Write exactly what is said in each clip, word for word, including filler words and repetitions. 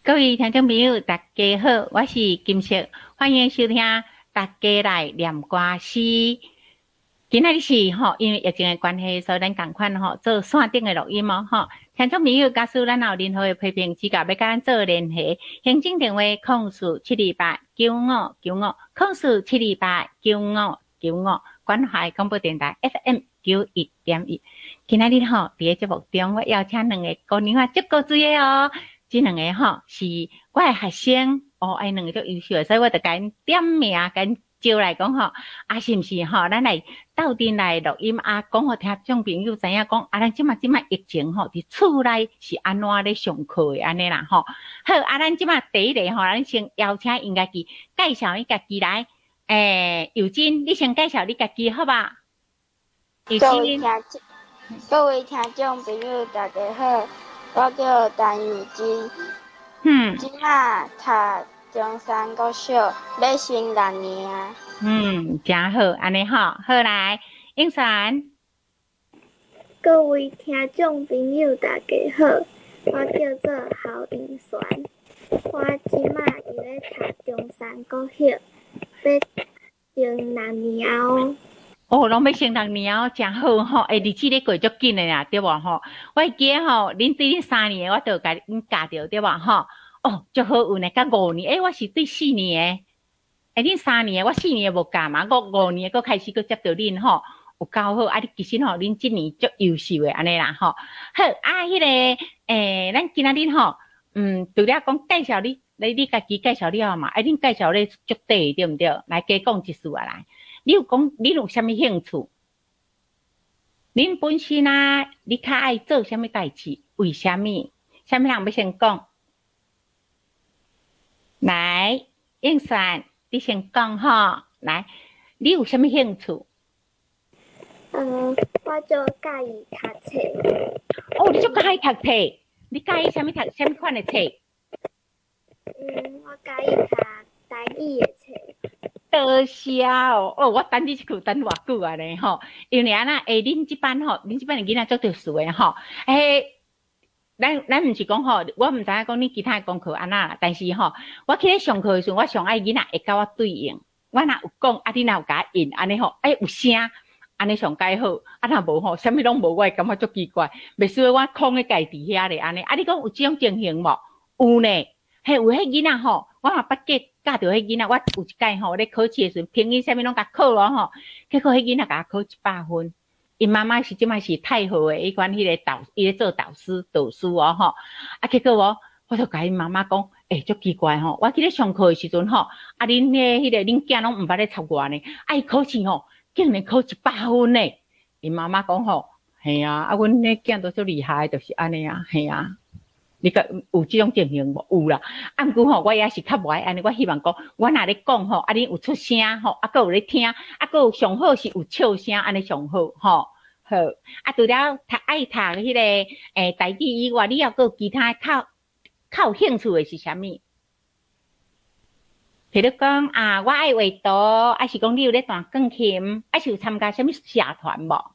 各位听众朋友，大家好，我是金色，欢迎收听大家来念歌诗。今仔日是吼，因为疫情的关系，所以咱共款吼做线顶的录音哦吼。听众朋友，假使咱有任何的批评指教，要甲咱做联系，行政电话零四七二八九五九五零四七二八九五九五，关怀广播电台 F M 九一点一。今仔日吼，伫个节目中，我邀请两个高年华足够水的哦。这两个吼是我的学生哦，哎，两个足优秀的，所以我就甲因点名，甲因招来讲吼，啊，是毋是吼？咱来斗阵来录音啊，讲互听众朋友知影讲，啊，咱即马即马疫情吼，伫厝内是安怎咧上课的安尼啦吼。好，啊，咱即马第一个吼，咱先邀请因家己介绍伊家己来。诶，尤金，你先介绍你家己好吧？尤各位金， 听众，各位听众朋友，大家好，我叫陈玉金， 嗯即马读中山国小，要升六年啊。 嗯，真好，安尼吼，好来，英传。 各位听众朋友，大家好，我叫做郝英璇，我即马伫咧读中山国小，要升六年哦。 哦，拢要升六年哦，真好吼！诶，日子咧过足紧诶啦，对无吼？我会记吼，恁对恁三年，我就甲恁教着对无吼？哦，足好运诶，甲五年，诶，我是对四年诶。诶，恁三年，我四年无教嘛，我五年佫开始佫接着恁吼，有教好啊！你其实吼，恁即年足优秀诶，安尼啦吼。好啊，迄、那个诶，咱今仔日吼，嗯，除了讲介绍你，你你家己介绍了嘛？啊，恁介绍咧足对，对毋对？来加讲一句啊来。你有讲，你有啥物兴趣？恁本身啊，你较爱做啥物代志？为啥物？啥物人要先讲？来，应算，你先讲吼。来，你有啥物兴趣？ 嗯，我就介意读册。 哦，你就介意读册？你介意啥物读？啥物款的册？ 嗯，我介意读台语的册。 多谢哦！哦，我等你一句等偌久啊咧吼，因为啊那诶，恁即班吼，恁即班的囡仔做特殊诶吼，诶，咱咱毋是讲吼，我毋知影讲恁其他功课安那啦，但是吼，我去咧上课诶时阵，我上爱囡仔会甲我对应，我若有讲，啊，你若有甲我应，安尼吼，诶，有声，安尼上介好，啊，若无吼，啥物拢无，我会感觉足奇怪，袂输我空咧家伫遐咧安尼，啊，你讲有即种情形无？有呢，嘿，有迄囡仔吼，我嘛捌教。教着迄囡仔，我有一届吼咧考试诶时阵，评语啥物拢甲考咯吼，结果迄囡仔甲我考一百分。因妈妈是即摆是太好诶，伊管迄个导，伊咧做导师导师哦吼。啊，结果我我就甲因妈妈讲，诶、欸，足奇怪吼，我去咧上课诶时阵吼，啊，恁咧迄个恁囝拢毋捌咧插我呢，啊，伊考试吼竟然考一百分呢。因妈妈讲吼，系啊，啊，阮咧囝都足厉害，就是安尼啊，系啊。你个有即种情形无？有啦。啊，毋过吼，我也是较无爱安尼。我希望讲，我若咧讲吼，啊，恁有出声吼，啊，佮有咧听，啊，佮有上好是有笑声，安尼上好吼。好，啊，除了读爱读迄个诶台语以外，你还佮有其他较较有兴趣诶是啥物？譬如讲啊，我爱画图，还是讲你有咧弹钢琴，还是有参加啥物社团无？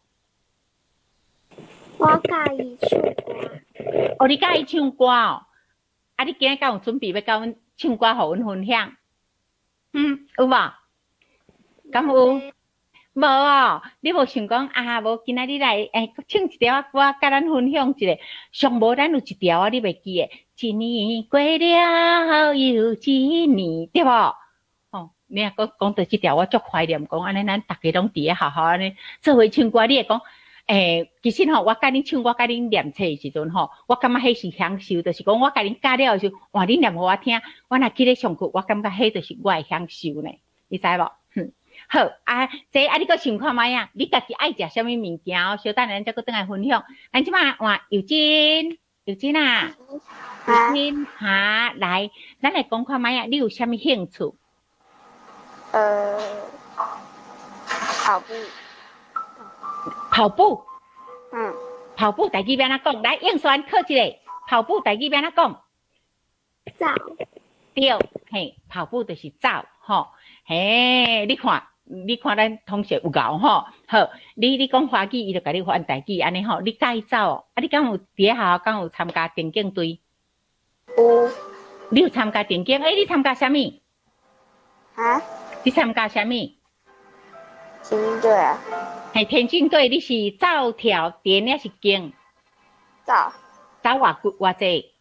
我介意唱歌。 哦，你介意唱歌哦？啊，你今日敢有准备要甲阮唱歌，互阮分享？嗯，有无？敢有？无哦，你无想讲啊？无今仔日来诶，唱一条歌，甲咱分享一下。上无咱有一条啊，你袂记诶？一年过了又一年，对无？哦，你若讲讲到即条，我足怀念，讲安尼咱逐家拢伫咧好好安尼做伙唱歌，你会讲？诶，其实吼，我甲恁唱，我甲恁念册诶时阵吼，我感觉迄是享受，就是讲我甲恁教了诶时候，哇，恁念互我听，我若去咧上课，我感觉迄就是我诶享受呢，你知无？哼，好啊，这啊，你搁想看卖啊？你家己爱食啥物物件哦？小等下咱再搁倒来分享。咱即摆换尤金，尤金啊，尤金哈，来，咱来讲看卖啊，你有啥物兴趣？ 呃，跑步。 跑步， 嗯， 跑步台语要安怎讲？来，应选考一个，跑步台语要安怎讲？ 走。 对，嘿，跑步就是走，吼，嘿，你看，你看咱同学有够吼，好，你你讲华语，伊就甲你翻台语，安尼吼，你介意走哦？啊，你敢有伫咧学校敢有参加田径队？ 有。 你有参加田径？诶，你参加啥物？ 啊？ 你参加啥物？ 田径队啊？ 系田径队，你是走跳田还是竞？ 走。 走偌久偌济？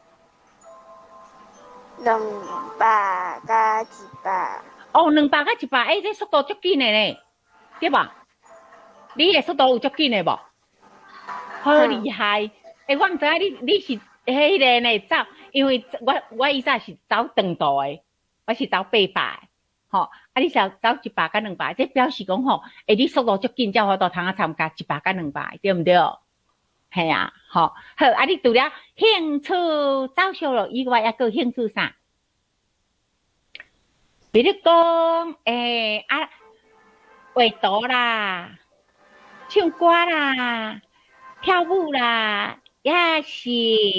两百加一百。 哦，两百加一百，诶，这速度足紧诶呢，对吧？你诶速度有足紧诶无？好厉害！诶，我毋知影你你是迄个呢走，因为我我以前是走长途诶，我是走八百，吼，啊，你是走一百甲两百，这表示讲吼，诶，你速度足紧，才有法度通啊参加一百甲两百，对毋对？系啊，吼，好，啊，你除了兴趣走小路以外，还佫兴趣啥？比如讲，诶、欸、啊，画图啦，唱歌啦，跳舞啦，也是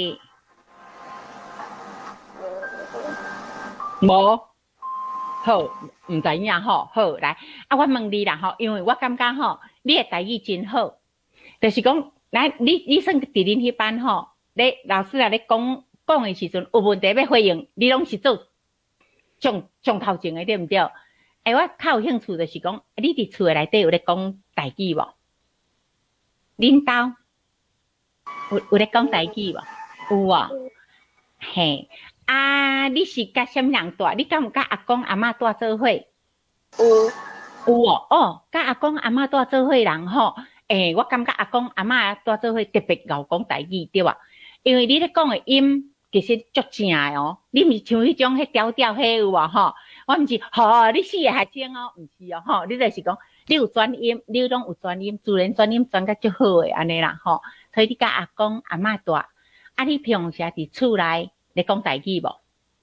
无好，唔知影吼。好来，啊，我问你啦吼，因为我感觉吼，你诶台语真好，就是讲，咱你你算伫恁迄班吼，咧老师啊咧讲讲诶时阵有问题要回应，你拢是做上上头前诶，对毋对？诶，我较有兴趣就是讲，你伫厝诶内底有咧讲台语无？恁兜有有咧讲台语无？有啊，嘿。啊，你是甲什么人住？你敢有甲阿公阿嬷住做伙？ 有。 有哦，哦，甲阿公阿嬷住做伙人吼，诶、欸，我感觉阿公阿嬷住做伙特别敖讲台语，对吧？因为你咧讲诶音其实足正诶哦，你毋是像迄种迄调调迄有无吼？我毋是，吼，你四个学生哦，毋是哦，吼，你就是讲你有转音，你拢有转音，自然转音转甲足好诶，安尼啦吼。所以你甲阿公阿嬷住，啊，你平时伫厝内咧讲台语无？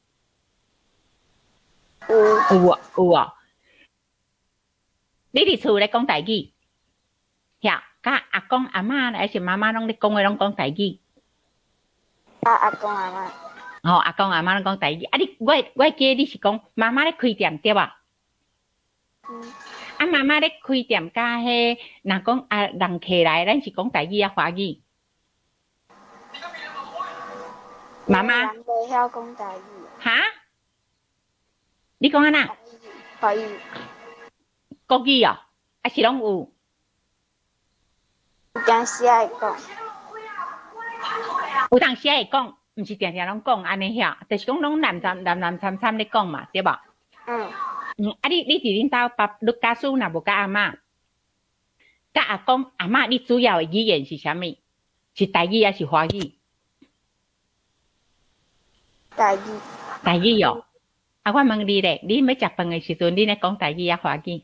有。 有啊，有啊。你伫厝咧讲台语，呀，甲阿公阿嬷还是妈妈拢咧讲诶，拢讲台语。 啊，阿公阿嬷。 哦，阿公阿嬷拢讲台语。啊，你我我记得你是讲妈妈咧开店对吧？ 嗯。 啊，妈妈咧开店，甲迄若讲啊人客来，咱是讲台语啊华语。妈妈。 人袂晓讲台语。 哈？你讲安那？ 华语。 国语哦，还是拢有？ 有当时会讲。 有当时会讲，毋是定定拢讲安尼遐，就是讲拢南南南南参参咧讲嘛，对吧？ 嗯。 嗯，啊你你伫恁兜爸你家属若无甲阿嬷，甲阿公阿嬷，你主要诶语言是啥物？是台语还是华语？ 台语。 台语哦。啊，我问你咧，你要食饭诶时阵，你咧讲台语啊华语？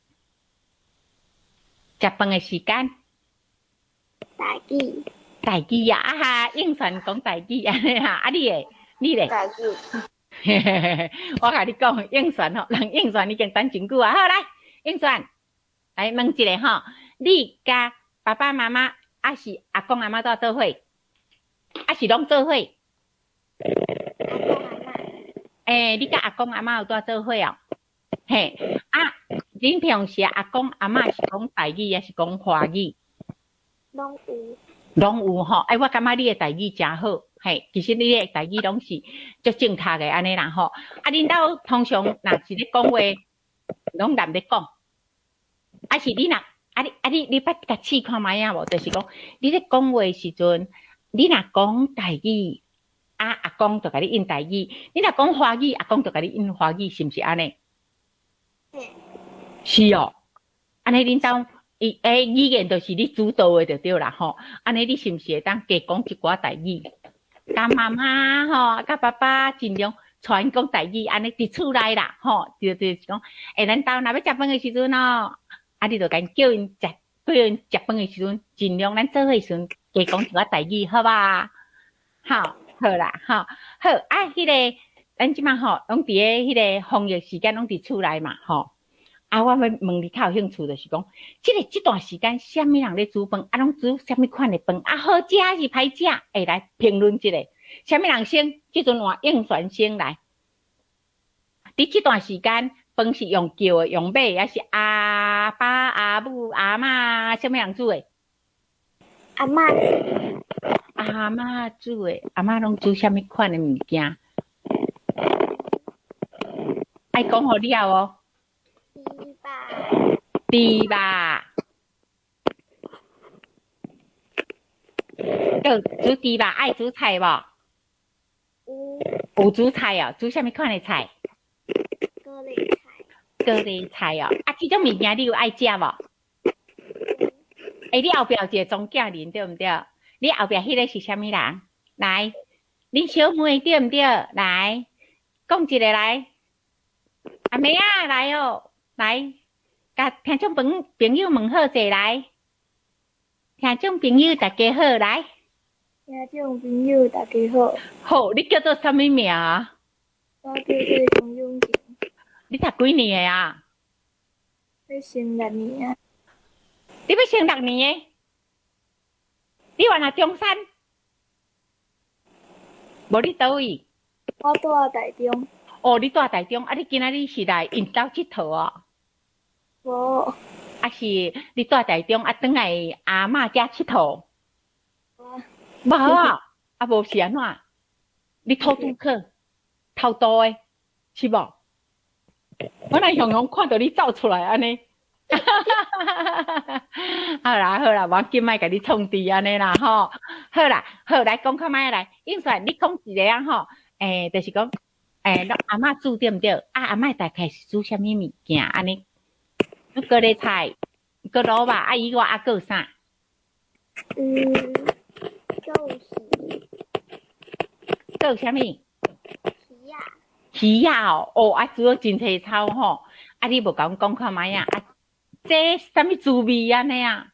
食饭诶时间？ 台语。 台语啊，啊哈，应传讲台语安尼哈，啊你诶，你咧？ 台语。 我甲你讲，应传吼，人应传已经等真久啊。好来，应传，来问一下吼，你甲爸爸妈妈，还是阿公阿嬷都做伙，还是拢做伙？诶、欸，你甲阿公阿嬷有拄做伙哦？嘿，啊，恁平时阿公阿嬷是讲台语还是讲华语？ 拢有。 拢有吼，哎，我感觉你诶台语真好，嘿，其实你诶台语拢是足正确诶安尼啦吼。啊，恁兜通常若是咧讲话，拢难咧讲，啊是你若啊你啊你你捌甲试看觅啊无？就是讲你咧讲话时阵，你若讲台语。啊，阿公就甲你用台语，你若讲华语，阿公就甲你用华语，是毋是安尼？ 嗯。 是哦，安尼恁兜伊诶语言就是你主导诶，就对啦吼。安尼你是毋是会当加讲一寡台语？甲妈妈吼，甲爸爸尽量传讲台语，安尼伫厝内啦吼，就就是讲，诶，咱兜若要食饭诶时阵哦，啊，你就甲叫因食，叫因食饭诶时阵，尽量咱做伙时阵加讲一寡台语，好吧？好。好啦，吼，好啊！迄、那个，咱即马吼，拢伫咧迄个防疫时间，拢伫厝内嘛，吼。啊，我要问你较有兴趣，就是讲，即、这个即段时间，啥物人咧煮饭？啊，拢煮啥物款诶饭？啊，好食还是歹食？会来评论一下，啥物人先？即阵换应选先来。你即段时间，饭是用叫诶，用买，还是阿爸、阿母、阿嬷，啥物人煮诶？ 阿嬷煮。 阿嬷煮诶，阿嬷拢煮啥物款诶物件？ 爱讲好了哦。 猪吧， 猪吧，就煮猪吧，爱煮菜无？ 有有煮菜哦，煮啥物款的菜？ 高丽菜， 高丽菜哦，啊，这种物件你有爱食无？诶，你后壁有一个庄稼人对毋对？你后壁迄个是啥物人？来，恁小妹对毋对？来，讲一个来，阿妹啊，来哦，来，甲听众朋朋友问好势来，听众朋友大家好来。 听众朋友大家好， 好，你叫做啥物名啊？ 我叫做张永晴， 你读几年的啊？ 要升六年啊， 你要升六年的？你原来中山？无你倒位？ 我住在台中。 哦，你住台中，啊，你今仔日是来因兜佚佗哦？ 无， 啊是你住台中，啊转来阿嬷家佚佗？无啊，啊无是安怎？你偷渡客，偷渡的，是无？我来雄雄看到你走出来安尼，好啦好啦，我今麦甲你创治安尼啦吼，好啦好来讲看麦来，应算你讲一个啊吼，诶、欸，就是讲，诶、欸，阿嬷煮对毋对？啊阿嬷大概是煮啥物物件安尼？高丽菜，高萝卜，啊以外啊还有啥？ 嗯，还有鱼， 还有啥物？ 鱼啊， 鱼啊哦，哦啊煮了真济草吼，啊你无甲阮讲看麦啊？啊，这啥物滋味安尼啊？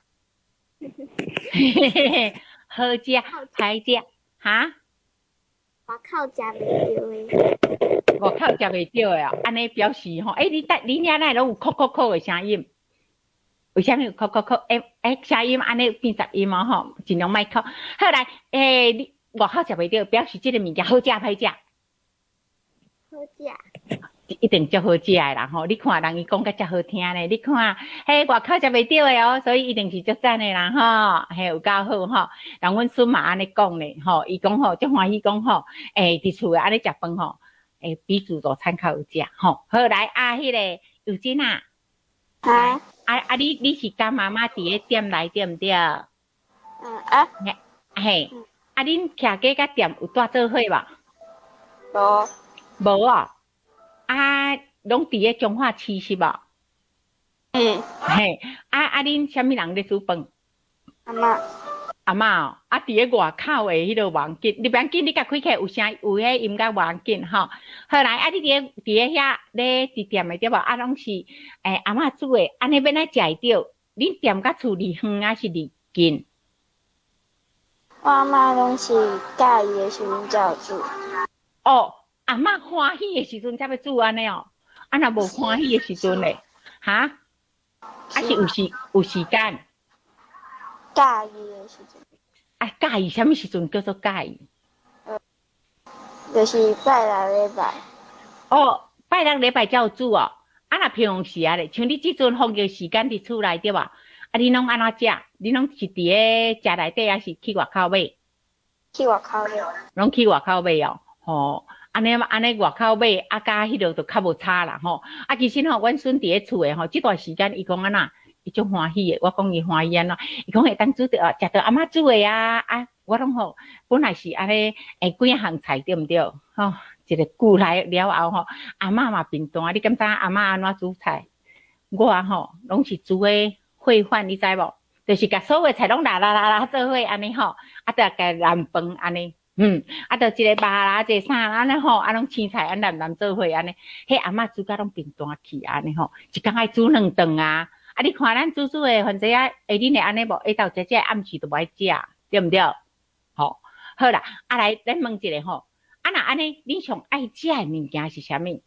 嘿嘿嘿，好食歹食哈？ 我靠食袂着诶。 外口食袂着诶哦，安尼表示吼，诶、欸，你带你遐内拢有扣扣扣诶声音，为虾米有扣扣扣？诶、欸、诶，声音安尼变杂音哦吼，尽量莫扣。好来，诶、欸，你外口食袂着，表示即个物件好食歹食？ 好食。 一定足好食诶啦吼！你看人伊讲甲遮好听咧，你看，嘿外口食袂着诶哦，所以一定是足赞诶啦吼，嘿有够好吼。人阮孙嘛安尼讲咧吼，伊讲吼足欢喜讲吼，诶伫厝诶安尼食饭吼，诶比自助餐较好食吼。好来啊，迄、那个有真啊， 啊， 啊啊你你是甲妈妈伫咧店内对毋对？ 嗯啊， 嘿，啊恁徛过甲店有带做伙无？ 无， 无啊。啊，拢伫咧中华市是无？ 嗯， 嘿，啊啊，恁啥物人咧煮饭？ 阿嬷， 阿嬷哦，啊，伫咧外口诶迄个网紧，你别紧，你甲开起有声有迄音乐网紧吼。后来啊，你伫咧伫咧遐咧伫店诶对无？啊，拢是诶阿嬷煮诶，安尼要哪食会着？恁店甲厝离远啊是离近？ 我阿嬷拢是介意诶时阵才有煮。 哦。阿嬷欢喜的时阵才要煮安尼哦，啊若无欢喜的时阵咧，哈？啊是有时有时间。 介意的时阵。 啊，介意啥物时阵叫做介意？ 呃，就是拜六礼拜。 哦，拜六礼拜才有煮哦。啊若平常时啊咧，像你即阵放假时间伫厝内对吧？啊你拢安怎食？你拢是伫咧家内底，还是去外口买？ 去外口买。 拢去外口买哦，吼。安尼安尼外口买，啊甲迄落就较无差啦吼。啊其实吼，阮孙伫咧厝诶吼，即段时间伊讲安那，伊足欢喜诶。我讲伊欢喜安怎？伊讲会当煮着啊，食着阿嬷煮诶啊啊！我拢吼，本来是安尼诶几啊项菜对毋对？吼，一个久来了后吼，阿嬷嘛平淡。你敢知阿嬷安怎煮菜？我吼拢是煮诶烩饭，你知无？就是甲所有菜拢拉拉拉拉做伙安尼吼，啊，得甲南饭安尼。嗯，啊，着一个肉啦，一个啥安尼吼，啊，拢青菜啊，南南做伙安尼，迄阿嬷煮甲拢平淡去安尼吼，一工爱煮两顿啊，啊，你看咱煮煮诶，反正啊，下恁会安尼无，下昼食食暗时都无爱食，对毋对？吼，好啦，啊来，咱问一下吼，啊若安尼，恁上爱食诶物件是啥物？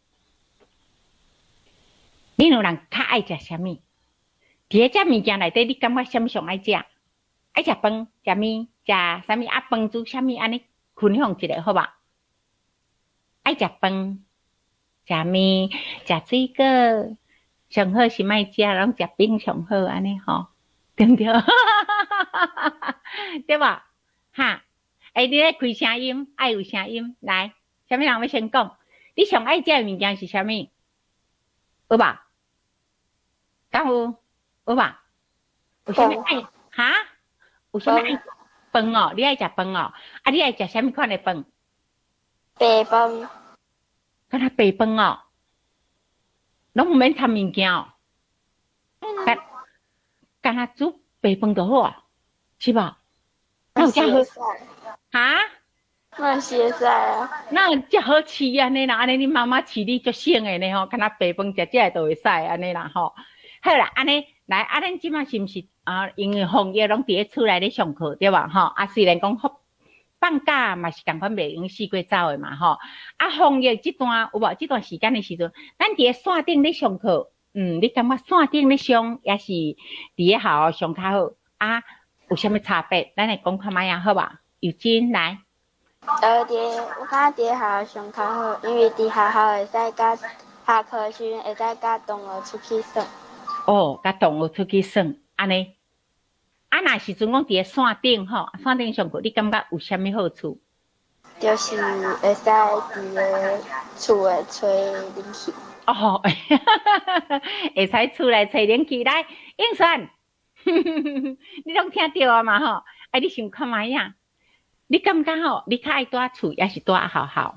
恁有人较爱食啥物？伫咧遮物件内底，你感觉啥物上爱食？爱食饭，食面，食啥物？啊，饭煮啥物安尼？分享一下好吧？爱食饭、食面、食水果，上好是莫食，拢食饼上好安尼吼，对毋对？对吧？哈，哎，你咧开声音，爱有声音，来，啥物人要先讲？ 你上爱食的物件是啥物？有吧？敢有？有吧？有啥物爱？哈？有啥物爱？饭哦，你爱食饭哦？啊，你爱食啥物款的饭？ 白饭。 敢若白饭哦？拢毋免掺物件哦？敢敢若煮白饭就好啊？是吧？那有遮好？哈？ 那是会使啊。 那有遮好吃安尼啦，安尼你妈妈饲你足省的呢吼，敢若白饭食食都会使安尼啦吼。好啦，安尼来，啊，咱即马是毋是啊？因为防疫拢伫咧厝内咧上课对吧？吼，啊，虽然讲放假嘛是共款袂用四界走的嘛吼。啊，防疫即段有无？即段时间的时阵，咱伫咧线顶咧上课，嗯，你感觉线顶咧上，也是伫咧校上较好啊？有啥物差别？咱来讲看卖啊，好吧？有金来。 呃，伫我感觉伫学校上较好，因为伫学校会使甲下课时阵会使甲同学出去耍。 哦，甲同学出去耍，安尼。啊，若时阵讲伫咧线顶吼，线顶上课，你感觉有啥物好处？ 就是会使伫咧厝诶吹冷气。 哦，会使厝内吹冷气来，应算，你拢听到啊嘛吼？哎，你想看卖呀？你感觉吼，你较爱住厝，还是住学校？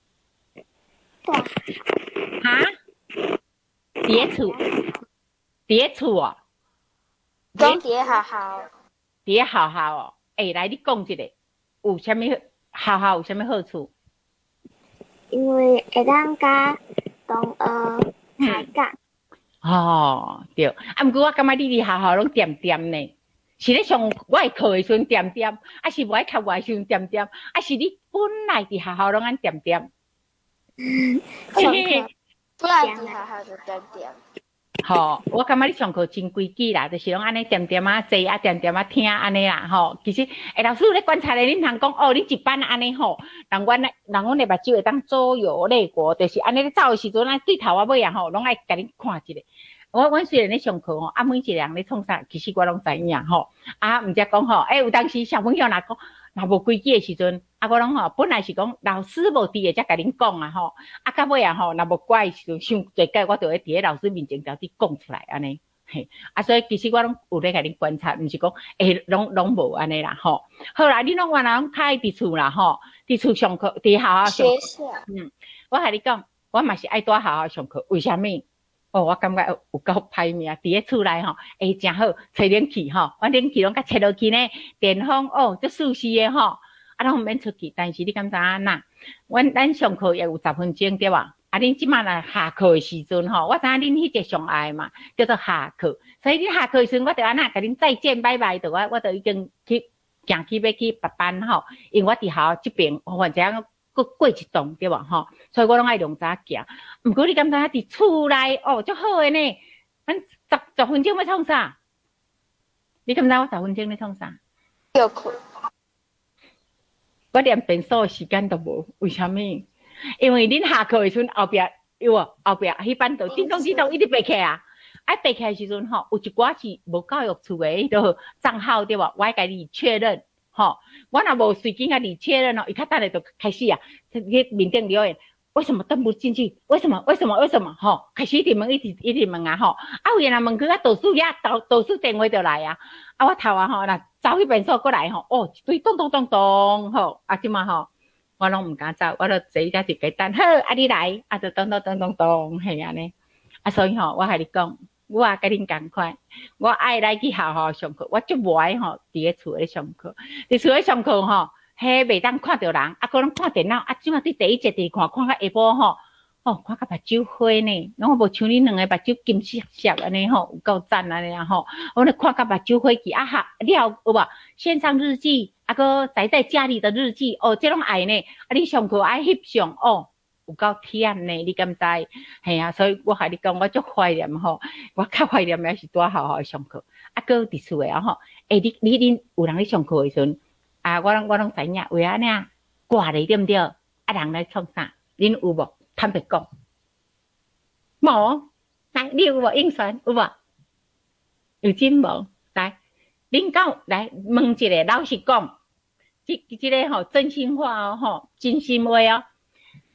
哈？伫咧厝，伫咧厝哦。 讲伫咧学校。 伫咧学校哦，诶，来你讲一下，有啥物学校有啥物好处？ 因为会当甲同学开讲。 哦，对，啊，毋过我感觉你伫学校拢点点呢。是咧上我诶课诶时阵点点，啊是无爱课外时阵点点，啊是你本来伫学校拢安点点。 上课本来伫学校就点点。 吼，我感觉你上课真规矩啦，就是拢安尼点点啊坐啊点点啊听安尼啦吼。其实诶老师咧观察咧，恁通讲哦，恁一班安尼吼，人阮咧人阮诶目睭会当左右咧过，就是安尼咧走诶时阵，咱对头啊尾啊吼，拢爱甲恁看一下。我阮虽然咧上课吼，啊每一个人咧创啥，其实我拢知影吼。啊，毋则讲吼，诶、欸、有当时小朋友若讲若无规矩诶时阵，啊我拢吼本来是讲老师无伫诶才甲恁讲啊吼，啊到尾啊吼，若无乖诶时阵，伤侪解我就会伫咧老师面前甲你讲出来安尼。嘿，啊所以其实我拢有咧甲恁观察，毋是讲诶拢拢无安尼啦吼。好啦，你拢原来拢较爱伫厝啦吼，伫厝上课，伫学校上课。 学校。 嗯，我甲你讲，我嘛是爱伫学校上课，为虾米？哦，我感觉有有够歹命，伫咧厝内吼，会真好，吹冷气吼，我冷气拢甲吹落去呢，电风哦，足舒适诶吼，啊，拢毋免出去。但是你敢知影呐？阮咱上课也有十分钟对吧？啊，恁即马若下课诶时阵吼，我知影恁迄个上爱嘛，叫做下课。所以你下课诶时阵，我着安那甲恁再见拜拜，着我我着已经去行去要去别班吼，因为我伫学校即边，反正过过一栋对吧？吼，所以我拢爱用早行。毋过你敢知影伫厝内哦，足好诶呢？咱十十分钟要创啥？你敢知我十分钟要创啥？ 休困。 我连便所诶时间都无，为虾米？因为恁下课诶时阵后壁有无？后壁迄班都叮咚叮咚一直爬起啊！啊，爬起诶时阵吼，有一寡是无教育处诶迄个账号对吧？我爱甲你确认。吼，我若无随便甲你确认哦，伊较等下就开始啊，去面顶留言，为什么登不进去？为什么？为什么？为什么？吼，开始一直问，一直一直问啊，吼，啊有人若问去，啊导师呀，导导师电话就来啊，啊我头啊吼，若走迄边所过来吼，哦，一堆咚咚咚咚，吼，啊即嘛吼，我拢毋敢走，我著坐只一个等，好，啊你来，啊就咚咚咚咚咚，嘿安尼，啊所以吼，我甲你讲。我也甲恁同款，我爱来去学校上课，我足无爱吼伫咧厝咧上课。伫厝咧上课吼，迄袂当看到人，啊，搁拢看电脑，啊，即马伫第一节伫看，看到下晡吼，哦，看到目睭花呢，拢无像恁两个目睭金闪闪安尼吼，有够赞安尼啊吼，我咧看到目睭花去啊哈，了有无？线上日记，啊搁宅在家里的日记，哦，这拢爱呢，啊，你上课爱翕相哦。有够忝呢，你敢知？系啊，所以我甲你讲，我足怀念吼，我较怀念也是拄好好上课，啊，搁伫厝诶啊吼。诶，你你恁有人咧上课诶时阵，啊，我拢我拢知影，为安尼啊，挂咧对毋对？啊，人咧创啥？恁有无？坦白讲，无。来，你有无应选？有无？有真无？来，恁讲来问一个，老实讲，即即个吼真心话哦，吼真心话哦。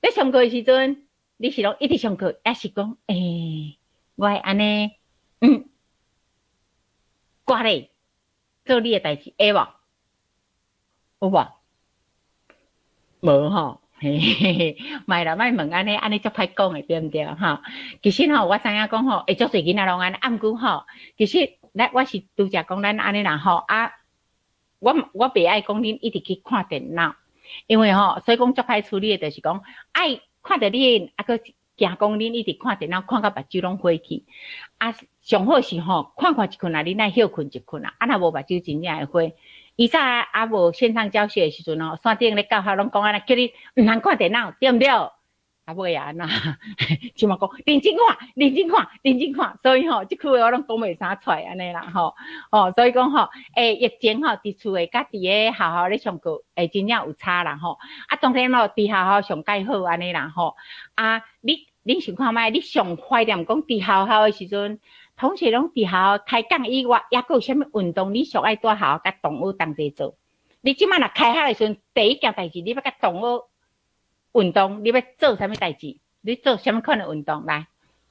咧上课的时阵，你是拢一直上课，还是讲诶、欸，我安尼，嗯，挂咧做你的代志，会无？有无？无吼。嘿嘿嘿，卖啦，卖问安尼，安尼足歹讲诶，对毋对？吼，其实吼，我知影讲吼，会足侪囡仔拢安尼，暗过吼，其实咱我是拄则讲咱安尼啦吼啊，我我袂爱讲恁一直去看电脑，因为吼，所以讲足歹处理诶，就是讲爱看着恁，啊个惊讲恁一直看电脑，看到目睭拢花去，啊，上好是吼，看看一困啊，恁爱休困一困啊，啊若无目睭真正会花。以前啊无线上教学的时阵哦，山顶咧教学拢讲安尼，叫你毋通看电脑，对毋对？啊尾啊安那，即嘛讲认真看，认真看，认真看，所以吼，即句话我拢讲袂啥出来安尼啦吼，哦，所以讲吼，诶，疫情吼，伫厝诶，甲伫咧学校咧上课，诶，真正有差啦吼。啊，当然咯，伫学校上介好安尼啦吼。啊，你恁想看觅，你上怀念讲伫学校诶时阵。同学拢伫校开讲以外，抑阁有啥物运动？你上爱在校甲动物同齐做。你即摆若开学诶时阵，第一件代志，你要甲动物运动，你要做啥物代志？你做啥物款诶运动？来，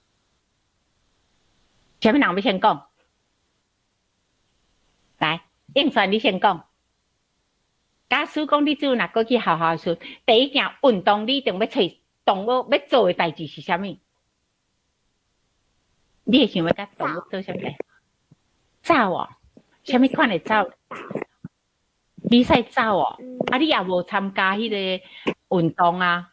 啥物人要先讲？来，应选你先讲。假使讲你只有若过去校校诶时阵，第一件运动你一定要找动物要做诶代志是啥物？你会想要甲动物做啥物？走哦，啥物款诶走？比赛走哦，啊，你也无参加迄个运动啊？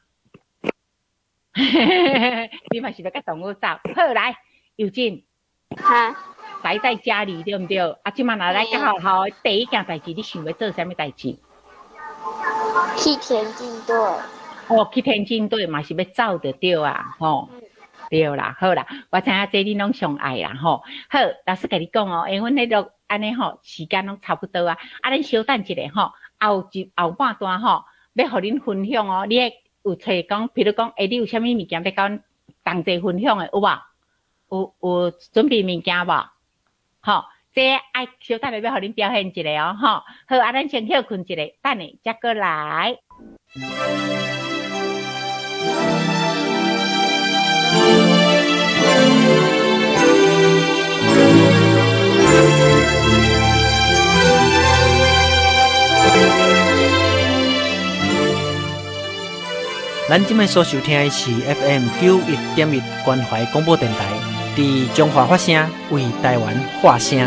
你嘛是要甲动物走？好来，尤金， 哈， 宅在家里对毋对？啊，即满若来甲学校，第一件代志，你想要做啥物代志？ 去田径队。 哦，去田径队嘛是要走着对啊，吼。对啦，好啦，我知影这你拢上爱啦吼。好，老师甲你讲哦，因为阮迄落安尼吼，时间拢差不多啊。啊，恁稍等一下吼，后一后半段吼，要互恁分享哦。你会有找讲，比如讲，诶，你有啥物物件要甲阮同齐分享诶，有无？有有准备物件无？吼，这爱稍等下要互恁表现一下哦，吼。好，啊，咱先休困一下，等下才过来。 咱今麦所收听的是 F M 九一点一关怀广播电台，伫中华发声为台湾发声。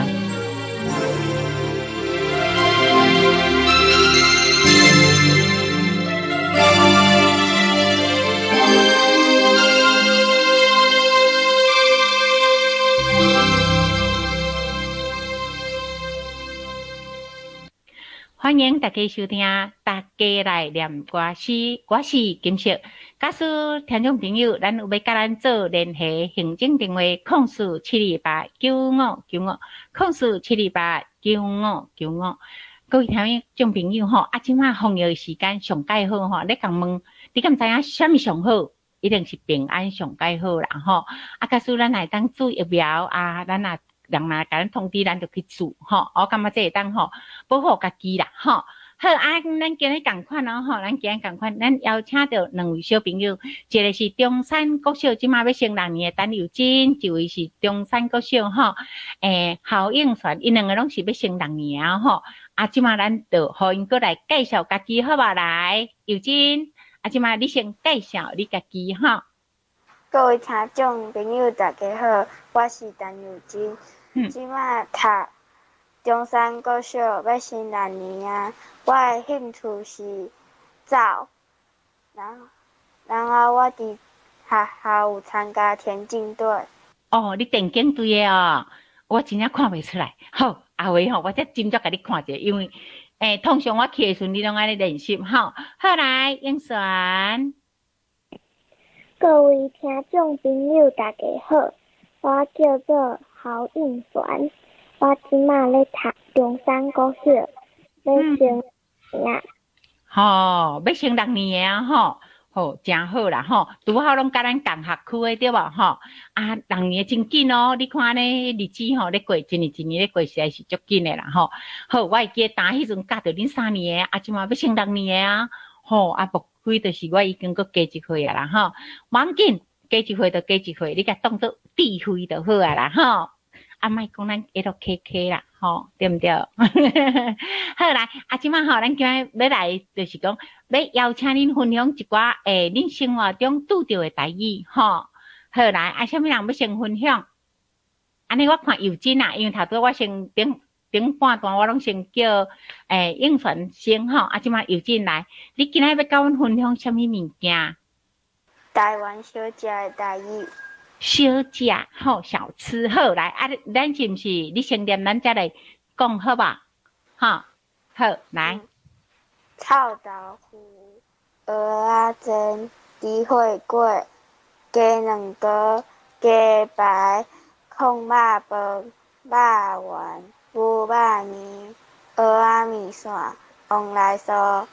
欢迎大家收听，大家来念歌诗，我是金色。假使听众朋友，咱有要甲咱做联系，行政电话零四七二八九五九五，零四七二八九五九五。各位听众朋友吼，啊，即马防疫时间上介好吼，你共问，你敢知影啥物上好？一定是平安上介好啦吼。啊，假使咱来当做疫苗啊，咱啊。人若甲咱通知，咱就去做吼。我感觉这会当吼保护家己啦吼。好啊，咱今日共款哦吼，咱今日共款，咱邀请到两位小朋友，一个是中山国小，即马要升六年的陈友珍，一位是中山国小吼，诶，郝应璇，因两个拢是要升六年啊吼。啊，即马咱就互因过来介绍家己好无？来，友珍，啊，即马你先介绍你家己吼。 各位听众朋友，大家好，我是陈友珍。嗯，即摆读中山国小要升六年啊。我的兴趣是走，然后然后我伫学校有参加田径队。 哦，你田径队的哦，我真正看袂出来。好，阿伟吼，我再斟酌甲你看者，因为诶，通常我去的时阵，你拢安尼练习吼。好来，应璇。 各位听众朋友，大家好，我叫做郝应璇，我即马咧读中山国小，要升年。 吼，要升六年啊吼，吼，真好啦吼，拄好拢甲咱同学区的对无吼？啊，六年真紧哦，你看呢日子吼咧过，一年一年咧过，实在是足紧的啦吼。好，我会记得打迄阵教着恁三年的，啊，即马要升六年的啊。 吼、啊无开就是我已经搁加一岁啊啦吼，无要紧，加一岁就加一岁，你甲当做智慧就好啊啦吼。啊，莫讲咱迄落 K K 啦，吼，对毋对？好来，啊，即摆吼，咱今日要来就是讲，要邀请恁分享一寡诶，恁生活中拄着诶代志，吼。好来，啊，啥物人要先分享？安尼我看有真啊，因为头拄我先顶顶半段我拢先叫诶应传先吼，啊，即摆有真来，你今仔要甲阮分享啥物物件？ 台湾小食诶代志。 小食好，小吃好来啊！咱是毋是你先念咱才来讲好吧？哈，好来。 嗯、臭豆腐、蚵仔煎、猪血粿、鸡卵糕、鸡排、控肉饭、肉圆、牛肉面、蚵仔面线、旺来酥。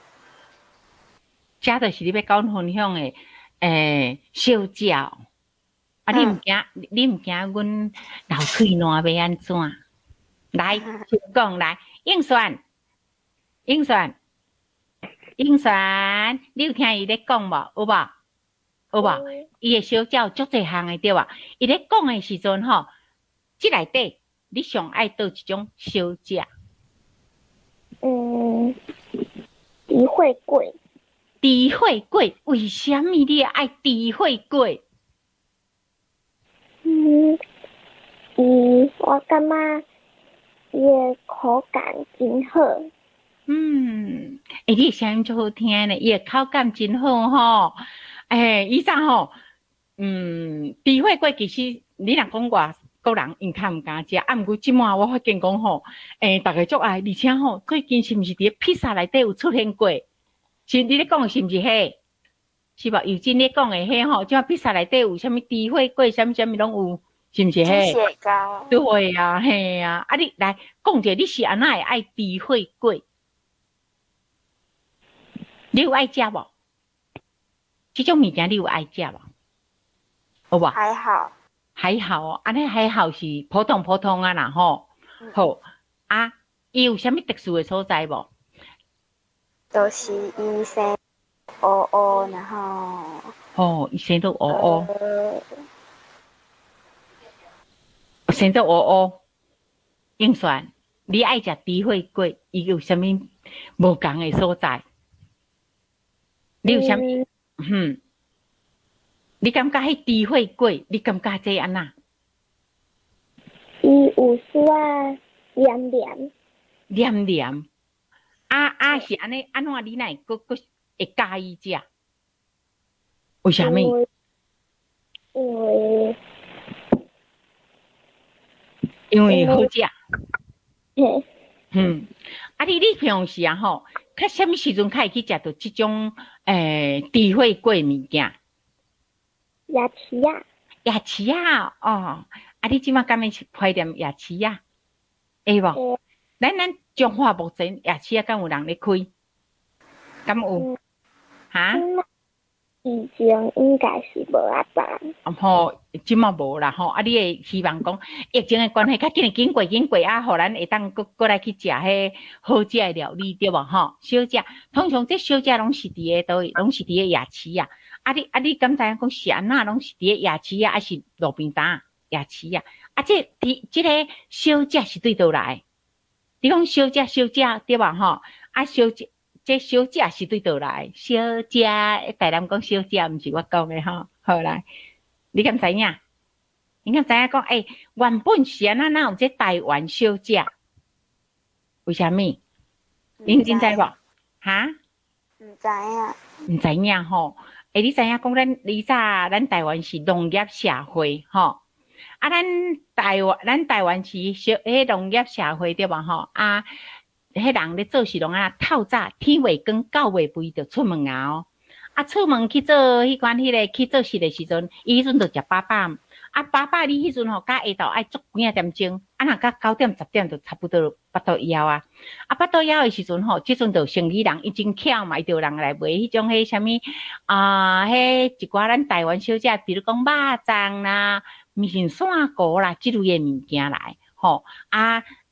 这就是你要甲阮分享诶，诶，小食。啊！你毋惊，你毋惊，阮流喙烂要安怎？来，先讲来，应算，应算，应算，你有听伊咧讲无？有无？有无？伊诶小食有足侪项诶对吧？伊咧讲诶时阵吼，即内底你上爱倒一种小食？ 嗯，猪血粿。 猪血粿，为虾米你爱猪血粿？ 嗯，伊我感觉伊个口感真好。 嗯，诶、欸，你声音足好听呢，伊个口感真好吼。诶、欸，伊啥吼？嗯，猪血粿其实你若讲外国人因较毋敢食，啊，毋过即满我发现讲吼，诶、欸，逐个足爱，而且吼，最近是毋是伫披萨内底有出现过？是你咧讲是毋是迄？是无？有真咧讲诶，迄吼，即摆披萨内底有啥物猪血粿，啥物啥物拢有，是毋是迄？ 猪血糕。 对啊，嘿啊，啊你来讲者，你是安那会爱猪血粿？你有爱食无？即种物件你有爱食无？有无？ 还好。 还好哦，安尼还好是普通普通啊啦吼。嗯、好啊，伊有啥物特殊诶所在无？ 就是伊生乌乌，然后。 哦，伊生到乌乌。呃、生到乌乌，应算你爱食猪血粿，伊有啥物无共诶所在？你有啥物？嗯。嗯你感觉迄猪血粿，你感觉这安那？ 伊有丝啊，黏黏， 黏黏。啊啊是安尼，安怎你奈佫佫会介意食？为虾米？ 因为因为好食。 嘿。 嗯，啊你你平时啊吼，较啥物时阵较会去食到即種誒豬血粿物件？ 夜市啊， 夜市啊，哦，啊！你即馬敢會開店夜市啊？會無？咱咱中華目前夜市啊，敢有人咧開？敢有？哈？ 以前應該是無啊吧？ 吼，即馬無啦吼！啊，你會希望講疫情嘅關係，較緊緊過緊過啊，互咱會當過過來去食迄好食嘅料理對無？吼，小食通常這小食攏是佇個倒位，攏是佇個夜市啊。啊你啊你敢知影講是安那攏是佇個夜市啊，還是路邊攤夜市啊？啊這佇這個小食是對倒來？你講小食小食對吧？吼，啊小食這小食是對倒來？小食台南講小食，毋是我講的吼。好來，你敢知影？你敢知影講？誒、欸，原本是安那哪有這台灣小食？為蝦米？你真知無？哈？ 毋知影。 毋知影吼。誒，你知影講咱以早咱台灣是農業社會吼，啊，咱台灣咱台灣是小迄農業社會對吧吼？啊，迄人咧做是攏啊，透早天未光到未肥就出門啊哦，啊出門去做迄款迄個去做事的時陣，伊迄陣就食飽飽，啊飽飽你迄陣吼，甲下晝愛足幾啊點鐘，啊若甲九點十點就差不多巴肚枵啊，啊巴肚枵的時陣吼，即陣就生理人伊真巧嘛，伊就有人來買迄種迄啥物啊，迄一寡咱台灣小食，比如講肉粽啦、麵線菇啦，即類的物件來，吼啊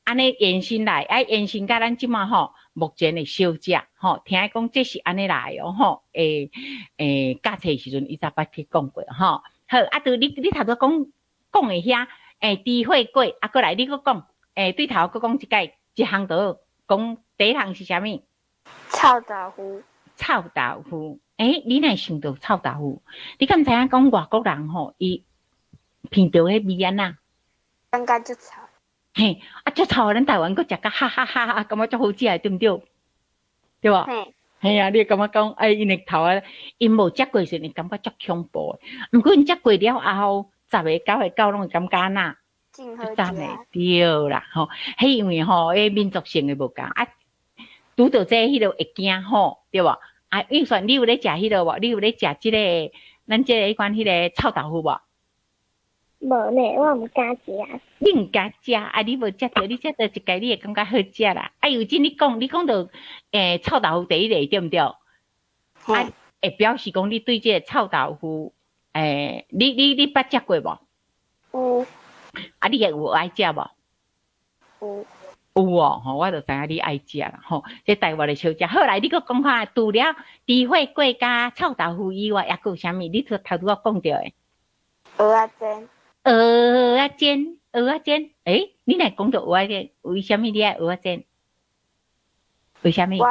安尼延伸来，爱延伸甲咱即马吼目前的小姐吼，听讲这是安尼来哦吼，诶诶，驾车时阵伊早捌去讲过吼。好，啊，对你你头拄讲讲诶遐，诶，智慧果，啊，过来你搁讲，诶，对头搁讲一解，一项倒讲第一项是啥物？ 臭豆腐。 臭豆腐，诶，你哪想到臭豆腐？你敢知影讲外国人吼，伊闻到迄味安那？ 感觉足臭。 嘿，啊，足臭，咱台湾搁食甲哈哈哈哈，感觉足好食诶，对毋对？对无？ 嘿。 嘿啊，你感觉讲，哎，因诶头啊，因无食过时，你感觉足恐怖诶。毋过因食过了后，十个九个九拢会感觉安那？ 真好食。 对啦，吼，迄因为吼，迄民族性诶无共啊。拄到这迄个会惊吼，对无？啊，应算你有咧食迄个无？你有咧食即个咱即个迄款迄个臭豆腐无？ 无呢，我毋敢食。 你毋敢食，啊！你无食着，你食着一个，你会感觉好食啦。啊，有真你讲，你讲到诶臭豆腐第一类，对毋对？啊，会表示讲你对即个臭豆腐，诶，你你你捌食过无？ 有。 啊，你也有爱食无？ 有。 有哦，吼，我就知影你爱食啦，吼。这台湾的小食，好来，你搁讲看，除了智慧果加臭豆腐以外，抑佫有啥物？你头头拄我讲着诶。 蚵仔煎。 蚵仔煎，蚵仔煎，诶，你若讲到蚵仔煎，为虾米你爱蚵仔煎？为虾米？ 我。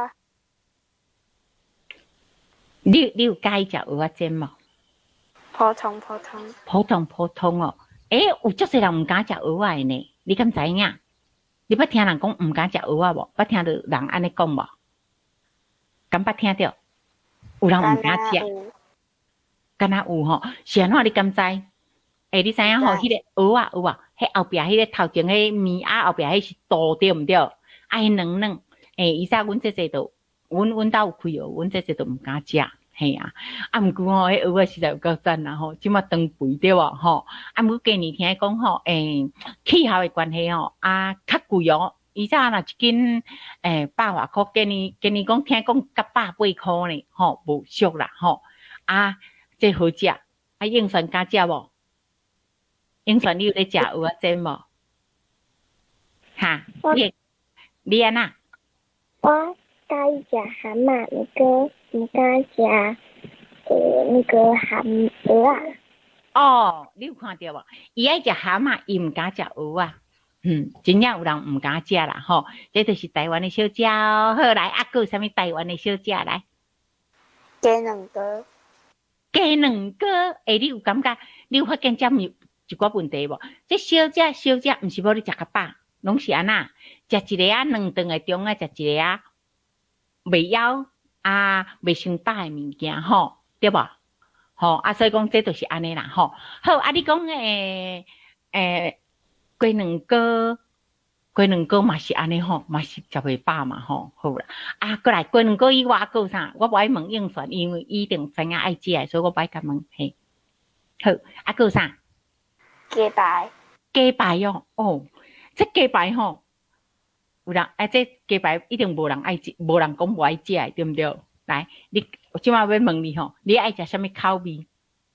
你你有介意食蚵仔煎无？ 普通普通。 普通普通哦，诶，有足侪人毋敢食蚵仔呢，你敢知影？你捌听人讲毋敢食蚵仔无？捌听到人安尼讲无？敢捌听着？有人毋敢食？敢若有吼，是安怎你敢知？诶，你知影吼？迄个蚵仔有无？迄后壁迄个头前迄面仔后壁迄是肚对毋对？啊，迄软软。诶，伊说阮这这都，阮阮兜有开哦，阮这这都毋敢食。嘿啊，啊，毋过吼，迄蚵仔实在有够赞啦吼，即马长肥对无吼？啊，毋过今年听讲吼，诶，气候的关系吼，啊，较贵哦。伊早若一斤诶百外箍，今年今年讲听讲甲百八箍呢，吼，无俗啦吼。啊，这好食，啊，应算敢食无？应算你有咧食蚵仔煎无？哈，你你安那？ 我介意食蛤蟆，毋过毋敢食呃那个蛤蚵仔。 哦，你有看到无？伊爱食蛤蟆，伊毋敢食蚵仔。嗯，真正有人毋敢食啦吼。这就是台湾的小食哦。好来，啊，有啥物台湾的小食来？ 鸡卵糕。 鸡卵糕，诶，你有感觉？你有发现这有一寡问题无？这小食小食，毋是要你食较饱，拢是安那？食一个啊，两顿的中啊，食一个啊，袂枵啊，袂伤饱的物件吼，对无？吼啊，所以讲这就是安尼啦吼。好啊，你讲诶诶，鸡卵糕，鸡卵糕嘛是安尼吼，嘛是食袂饱嘛吼。好啦，啊，过来鸡卵糕以外还有啥？我无爱问应算，因为伊一定知影爱食，所以我无爱甲问嘿。好，啊，还有啥？ 鸡排。 鸡排哦，哦，这鸡排吼，有人啊，这鸡排一定无人爱食，无人讲无爱食，对毋对？来，你我即马要问你吼，你爱食啥物口味？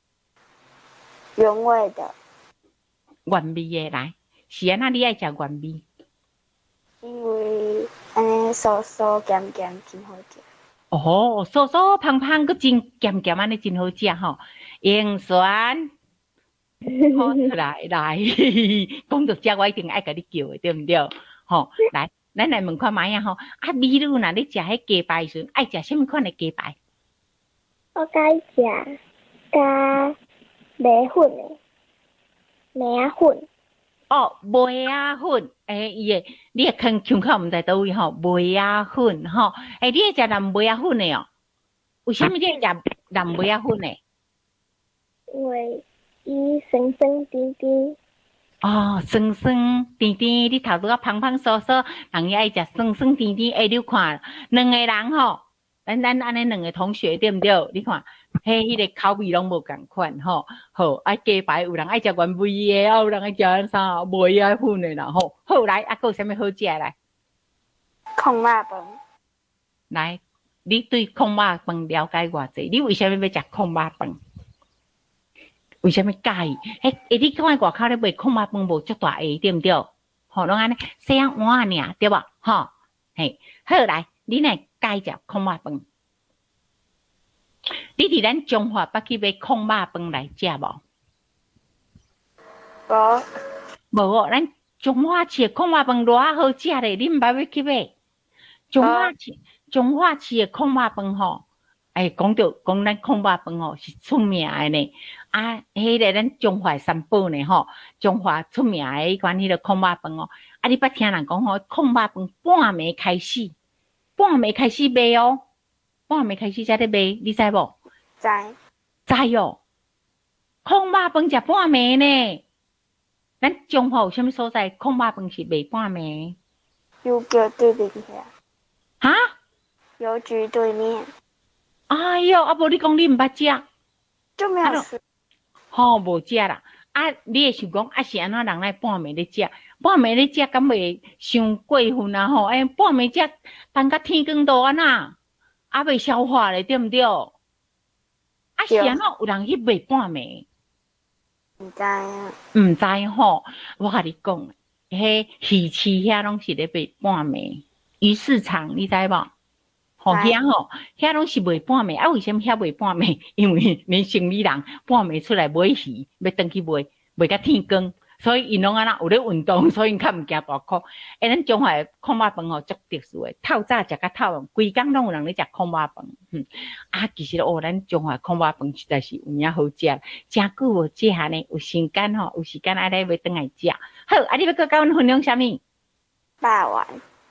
原味的。 原味的来，是安那你爱食原味？ 因为安尼酥酥咸咸真好食。 哦，酥酥胖胖佮真咸咸安尼真好食吼。盐酸，好来来，讲到这我一定爱甲你叫的，对毋对？吼，来，咱来问看卖啊吼。啊，美女若你食迄鸡排时，爱食什么款的鸡排？ 我介食加米粉的，米仔粉。 哦，麦仔粉，诶，伊诶，你诶坑腔口毋知倒位吼，麦仔粉吼，诶，你会食蓝麦仔粉诶哦？为虾米你会食蓝麦仔粉诶？ 因为伊酸酸甜甜。 哦，酸酸甜甜，你头拄啊胖胖瘦瘦，人伊爱食酸酸甜甜。诶，你看两个人吼，咱咱安尼两个同学对毋对？你看，嘿，迄个口味拢无共款吼。好，啊鸡排有人爱食原味诶，啊有人爱食啥麦仔粉诶啦吼。好来，啊还有啥物好食来？ 控肉饭。 来，你对控肉饭了解偌济？你为虾米要食控肉饭？为虾米介意？迄，诶，你看外口咧卖控肉饭无足大个，对毋对？ 吼，拢安尼细啊碗尔，对无？吼，嘿，好来，你来介绍空肉饭。你伫咱中华捌去买空肉饭来食无？ 无。 无哦，咱中华市空肉饭偌好食咧，你毋捌要去买？中华市中华市的空肉饭吼，哎，讲到讲咱空肉饭吼是出名的呢。啊，迄个咱中华三宝呢吼，中华出名的迄款迄个空肉饭哦。啊，你捌听人讲吼，空肉饭半暝开始，半暝开始卖哦，半暝开始才咧卖，你知无？ 知。 知哦，空肉饭食半暝呢。咱中华有啥物所在空肉饭是卖半暝？ 邮局对面遐。 哈？ 邮局对面。 哎哟，啊无你讲你毋捌食， 就没有吃。 吼，无食啦。啊，你会想讲啊是安怎人来半暝咧食？半暝咧食敢袂伤过分啊吼？哎，半暝食等甲天光都安那，啊袂消化咧，对毋对？啊是安怎有人去卖半暝？ 毋知啊。 毋知吼，我甲你讲，迄鱼市遐拢是咧卖半暝，鱼市场你知无？吼遐吼，遐拢是卖半暝，啊为什么遐卖半暝？因为恁生意人半暝出来买鱼，要转去卖，卖到天光，所以因拢安那有咧运动，所以因较毋惊大苦。诶，咱中华诶空肉饭吼足特殊诶，透早食甲透晚，规工拢有人咧食空肉饭。嗯，啊，其实哦，咱中华空肉饭实在是有影好食，真久无食呢，有时间吼，有时间爱来要转来食。好，啊，你要搁甲阮分享啥物？ 肉丸。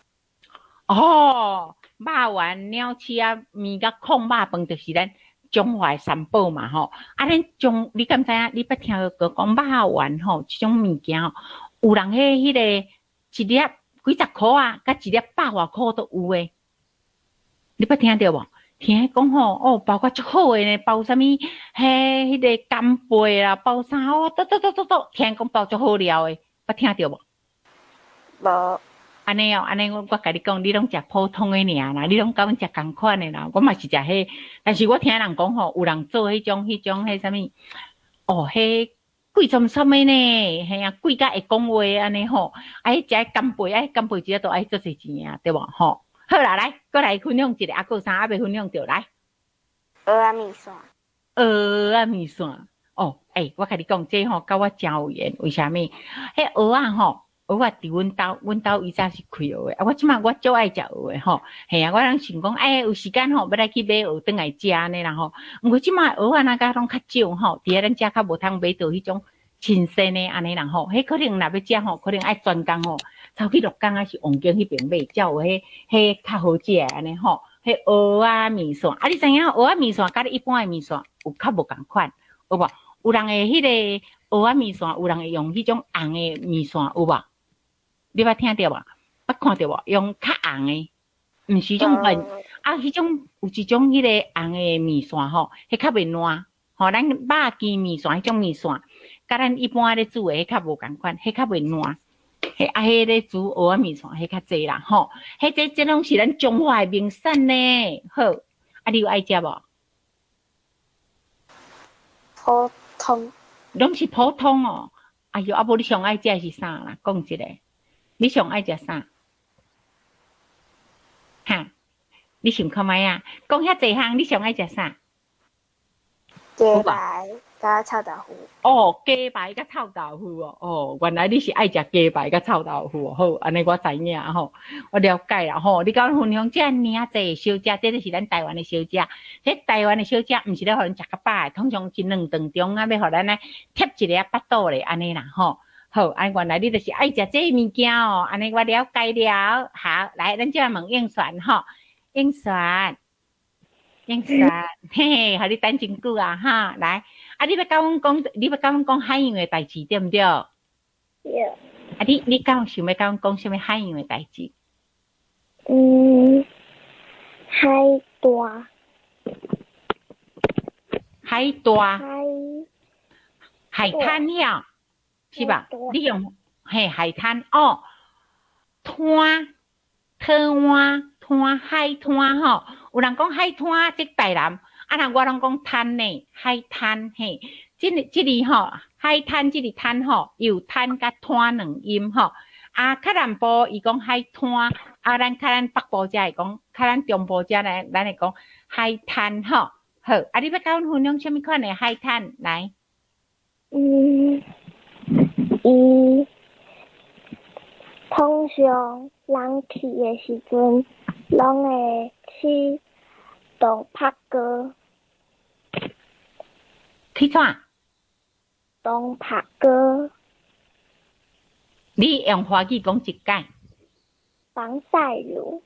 哦。肉丸、鸟翅啊、面甲空肉饭，就是咱中华三宝嘛吼。啊，咱中你敢知影？你捌听过讲肉丸吼，即种物件吼，有人迄迄个一粒几十箍啊，甲一粒百外箍都有诶。你捌听着无？听讲吼，哦，包括足好诶呢，包啥物？迄迄个干贝啦，包啥哦？都都都都都，听讲包足好料诶，捌听着无？ 无。 安尼哦，安尼我我甲你讲，你拢食普通诶尔啦，你拢甲阮食共款诶啦。我嘛是食迄，但是我听人讲吼，有人做迄种、迄种、迄啥物，哦，迄贵some some诶呢，嘿啊，贵甲会讲话安尼吼，爱食干贝，爱干贝一日都爱做侪钱啊，对无吼？好啦，来，过来分享一个，啊，还有啥还未分享着来？ 蚵仔面线。 蚵仔面线，哦，诶、欸，我甲你讲，这吼甲我真有缘，为虾米？迄蚵仔吼。蚵仔伫阮兜，阮兜伊早是开蚵诶，啊，我即马我足爱食蚵诶吼，系啊，我通想讲，哎，有时间吼，要来去买蚵转来食安尼啦吼。毋过即马蚵仔那甲拢较少吼，伫咱遮较无通买到迄种新鲜诶安尼啦吼。迄可能若要食吼，可能爱专工吼，走去鹿港还是王景迄边买，才有迄迄较好食诶安尼吼。迄蚵仔面线，啊，你知影蚵仔面线甲你一般诶面线有较无共款，有无？有人诶迄个蚵仔面线，有人会用迄种红诶面线，有无？你捌听到无？捌看到无？用较红诶，毋是种粉、uh, 啊，迄种有一种迄个红诶面线吼，迄较袂烂。吼，咱肉羹面线迄种面线，甲咱一般咧煮诶迄较无共款，迄较袂烂。迄啊，迄咧煮蚵仔面线，迄较济啦吼。迄这这拢是咱中华诶名产呢。好，啊，你有爱食无？ 普通。 拢是普通哦。哎哟，啊无你上爱食是啥啦？讲一个。你上爱食啥？哈，你想看卖啊？讲遐济项，你上爱食啥？ 鸡排甲臭豆腐。 哦，鸡排甲臭豆腐哦。哦，原来你是爱食鸡排甲臭豆腐哦。好，安尼我知影吼，我了解啦吼。你甲阮分享这尔济小食，这就是咱台湾的小食。这台湾的小食，毋是咧互咱食较饱，通常是两顿中啊，要互咱来贴一个巴肚咧，安尼啦吼。好，啊，原来你就是爱食这物件哦，安尼我了解了。好，来，咱即下问应璇吼，应璇，应璇，嘿嘿，互你等真久啊哈。来，啊，你要甲阮讲，你要甲阮讲海洋的代志，对毋对？ 对。 啊，你你敢想要甲阮讲什么海洋的代志？ 嗯，海大。 海大。 海。 海滩了。是吧？你用嘿海滩哦，滩、滩湾、滩海滩吼。有人讲海滩即台南，啊，人我拢讲滩呢，海滩嘿。即个即个吼，海滩即个滩吼，有滩甲滩两音吼。 啊，较南部伊讲海滩，啊，咱较咱北部遮会讲，较咱中部遮来，咱会讲海滩吼。好，啊，你要甲阮分享什么款的海滩来？ 嗯，伊通常人去的时阵，拢会去东拍哥。 去怎？ 东拍哥。 你用华语讲一解。 防晒乳。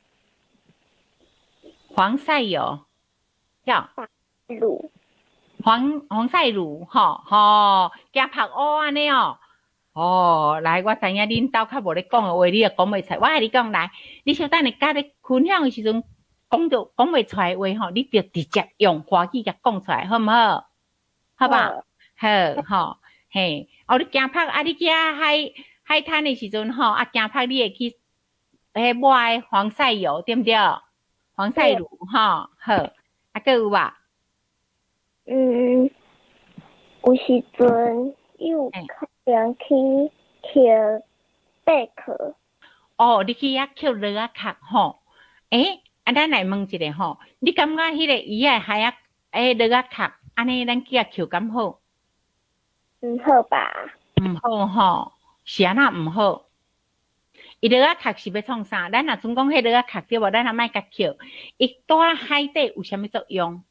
防晒油，叫防乳。 防防晒乳，吼吼，加拍乌安尼哦。哦，来，我知影恁兜较无咧讲诶话，你也讲袂出。我甲你讲来，你小等下甲咧分享诶时阵，讲到讲袂出来话吼，你就直接用华语甲讲出来，好毋好？好吧？好，吼，嘿，哦，你行拍啊，你去海海滩诶时阵吼，啊，行拍你会去迄抹防晒油，对毋对？防晒乳，吼，好，啊，佫有吧？ 嗯，有时阵有可能去捡贝壳。 哦，你去遐捡螺仔壳吼？诶，啊，咱来问一下吼，你感觉迄个伊个海啊，诶，螺仔壳，安尼咱去遐捡敢好？ 毋好吧？ 毋好吼，是安那毋好？伊螺仔壳是要创啥？咱若总讲迄螺仔壳对无？咱也莫甲捡，伊住喺海底有啥物作用？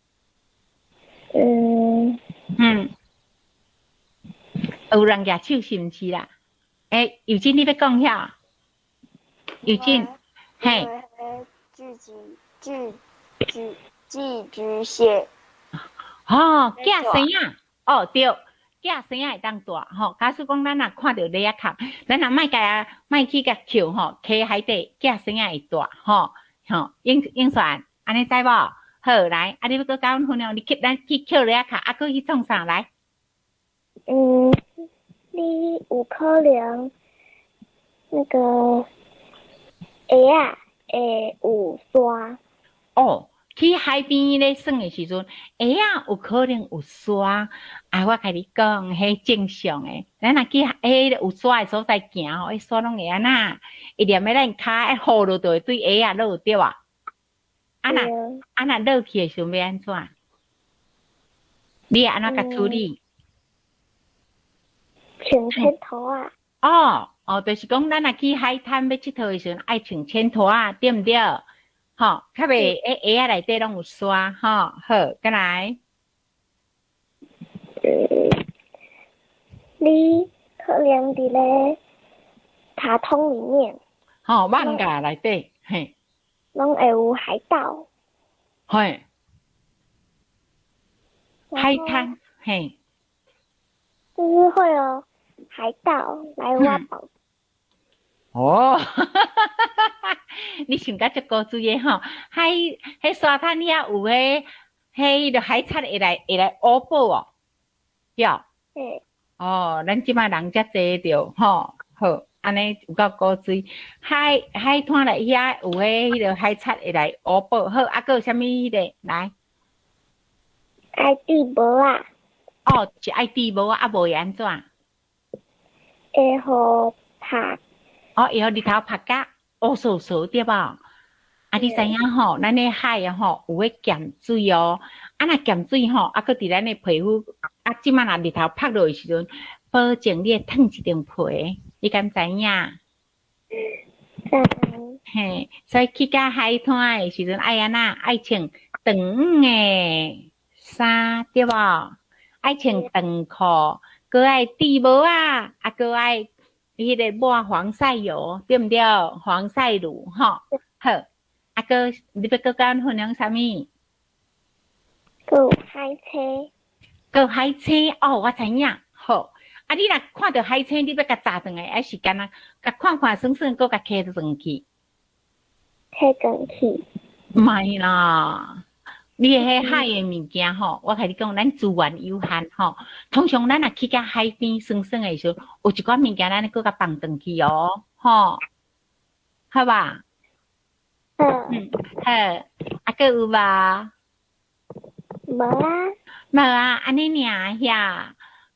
嗯嗯，有人举手是毋是啦？诶，尤金你要讲遐？尤金，嘿， 聚集聚聚寄居蟹。 哦，寄生啊，哦对，寄生啊会当大吼。假使讲咱若看到螺仔壳，咱若莫甲莫去甲捡吼，溪海底寄生啊会大吼吼，应应算安尼知无？好，来，啊，你要搁甲阮分享，你去咱去捡螺仔壳，啊，搁去创啥来？ 嗯，你有可能那个鞋啊会有沙。 哦，去海边咧耍的时阵，鞋啊有可能有沙。啊，我甲你讲，迄正常诶。咱若去迄有沙诶所在行吼，迄沙拢会安那，会连喺咱骹一雨落就会对鞋啊落对啊。啊若啊若落去诶时阵要安怎？你会安怎甲处理？ 穿衬拖啊。 哦哦，就是讲咱若去海滩要佚佗诶时阵，爱穿衬拖啊，对毋对？吼，较袂诶鞋仔内底拢有沙，吼，好，再来。 嗯，你可能伫咧卡通里面。 吼，艋舺内底，嘿。 拢会有海盗。 嘿。海滩，嘿。 就是会有海盗来挖宝。 哦，你想甲足古锥诶吼，海迄沙滩遐有迄迄个海贼会来会来挖宝哦，对。 嘿。 哦，咱即摆人遮济着吼，好，安尼有够古锥。海海滩内遐有迄迄个海贼会来挖宝，好，啊，佫有啥物迄个来？ 爱地无啊。 哦，是爱地无啊，啊无会安怎？ 会互拍。 哦，会互日头拍甲乌扫扫对无？啊，你知影吼，咱咧海啊吼有迄咸水哦，啊若咸水吼，啊佫伫咱诶皮肤，啊即摆若日头拍落诶时阵，保证你会脱一张皮，你敢知影？ 知。 嘿，所以去到海滩诶时阵，爱安那爱穿长诶衫对无？爱穿长裤，佮爱戴帽啊，啊，佮爱迄个抹防晒油，对毋对？防晒乳，吼，好，啊，佮你要佮甲阮分享啥物？ 佮有海车。 佮海车，哦，我知影，好，啊，你若看到海车，你要甲炸转来，还是干那？甲看看算算，佮甲摕转去？ 摕转去。 袂啦。你迄海诶物件吼，我甲你讲，咱资源有限吼。通常咱若去到海边耍耍诶时候，有一寡物件咱搁甲放转去哦，吼，好吧？嗯，好，啊，佫有无？ 无啊。 无啊，安尼尔遐，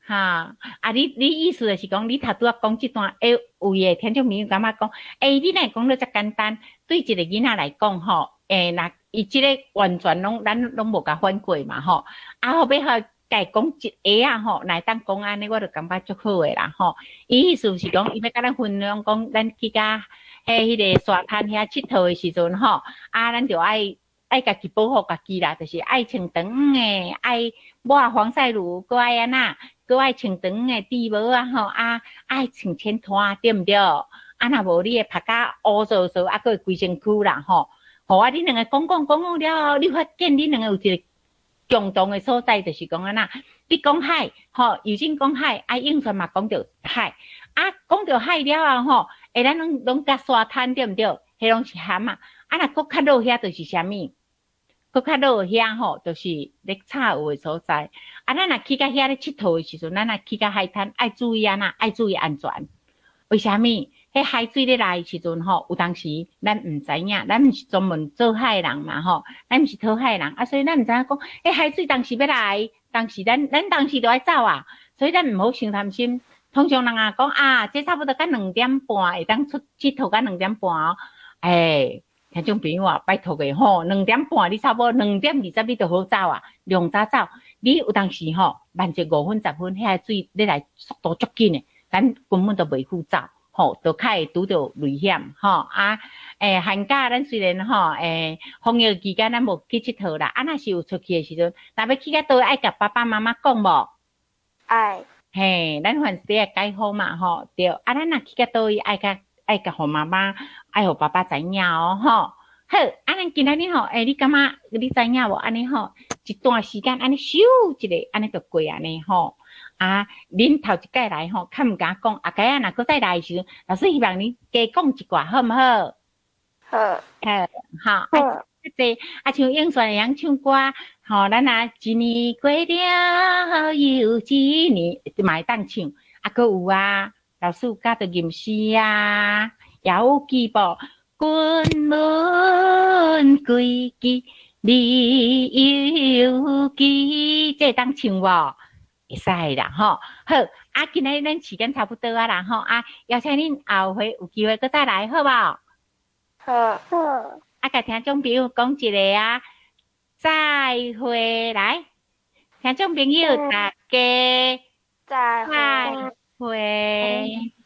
哈，啊，你你意思就是讲，你头拄仔讲即段，诶，有诶听众朋友感觉讲，诶，你若讲得遮简单，对一个囡仔来讲吼，诶，若伊即个完全拢咱拢无甲反过嘛吼，啊，后尾吼，家讲一下啊吼，来当讲安尼，我就感觉足好诶啦吼。伊意思是讲，伊要甲咱分享讲，咱去甲迄迄个沙滩遐佚佗诶时阵吼，啊，咱着爱。爱家己保护家己啦，就是爱穿长诶，爱抹防晒乳，搁爱安那，搁爱穿长诶底帽啊吼，啊爱穿衬拖，对毋对？啊若无你会拍甲乌糟糟，啊，搁会规身躯啦吼。好啊，你两个讲讲讲讲了后，你发现你两个有一个共同诶所在，就是讲安那，你讲海，吼，有阵讲海，啊，应泉嘛讲着海，啊，讲着海了后吼，诶，咱拢拢甲沙滩对毋对？迄拢是海嘛，啊，若搁较落遐就是啥物？搁较落遐吼，就是咧吵有诶所在。啊，咱若去到遐咧佚佗诶时阵，咱若去到海滩，爱注意安那，爱注意安全。为虾米？迄海水咧来诶时阵吼，有当时咱毋知影，咱毋是专门做海人嘛吼，咱毋是讨海人啊，所以咱毋知影讲，迄海水当时要来，当时咱咱当时就爱走啊，所以咱毋好伤贪心。通常人啊讲啊，这差不多到两点半会当出佚佗到两点半哦，诶。听众朋友啊，拜托个吼，两点半你差不多两点二十你就好走啊，量早走。你有当时吼，慢一五分十分，遐水你来速度足紧诶，咱根本都袂赴走，吼，都较会拄到危险，吼啊。诶，寒假咱虽然吼，诶，防疫期间咱无去佚佗啦，啊，若是有出去诶时阵，若要去到倒爱甲爸爸妈妈讲无？ 爱。 嘿，咱凡事爱解好嘛，吼，对。啊，咱若去到倒位爱甲。爱甲互妈妈，爱互爸爸知影哦，吼。好，啊，咱今仔日吼，诶，你感觉你知影无？安尼吼，一段时间安尼咻一个，安尼就过安尼吼。啊，恁头一届来吼，较毋敢讲，啊，家啊，若搁再来时阵，老师希望你加讲一寡，好毋好？ 好。 好，好。好。即啊，像应选样唱歌，吼，咱啊，一年过了又一年，嘛会当唱，啊，搁有啊。老师教着吟诗啊，也有记无？君门归期，你犹记，这当唱无？会使啦，吼。好，啊，今日咱时间差不多啊啦，吼啊，邀请恁后回有机会搁再来，好无？ 好。好。 啊，甲听众朋友讲一个啊，再会来，听众朋友大家再会。 会。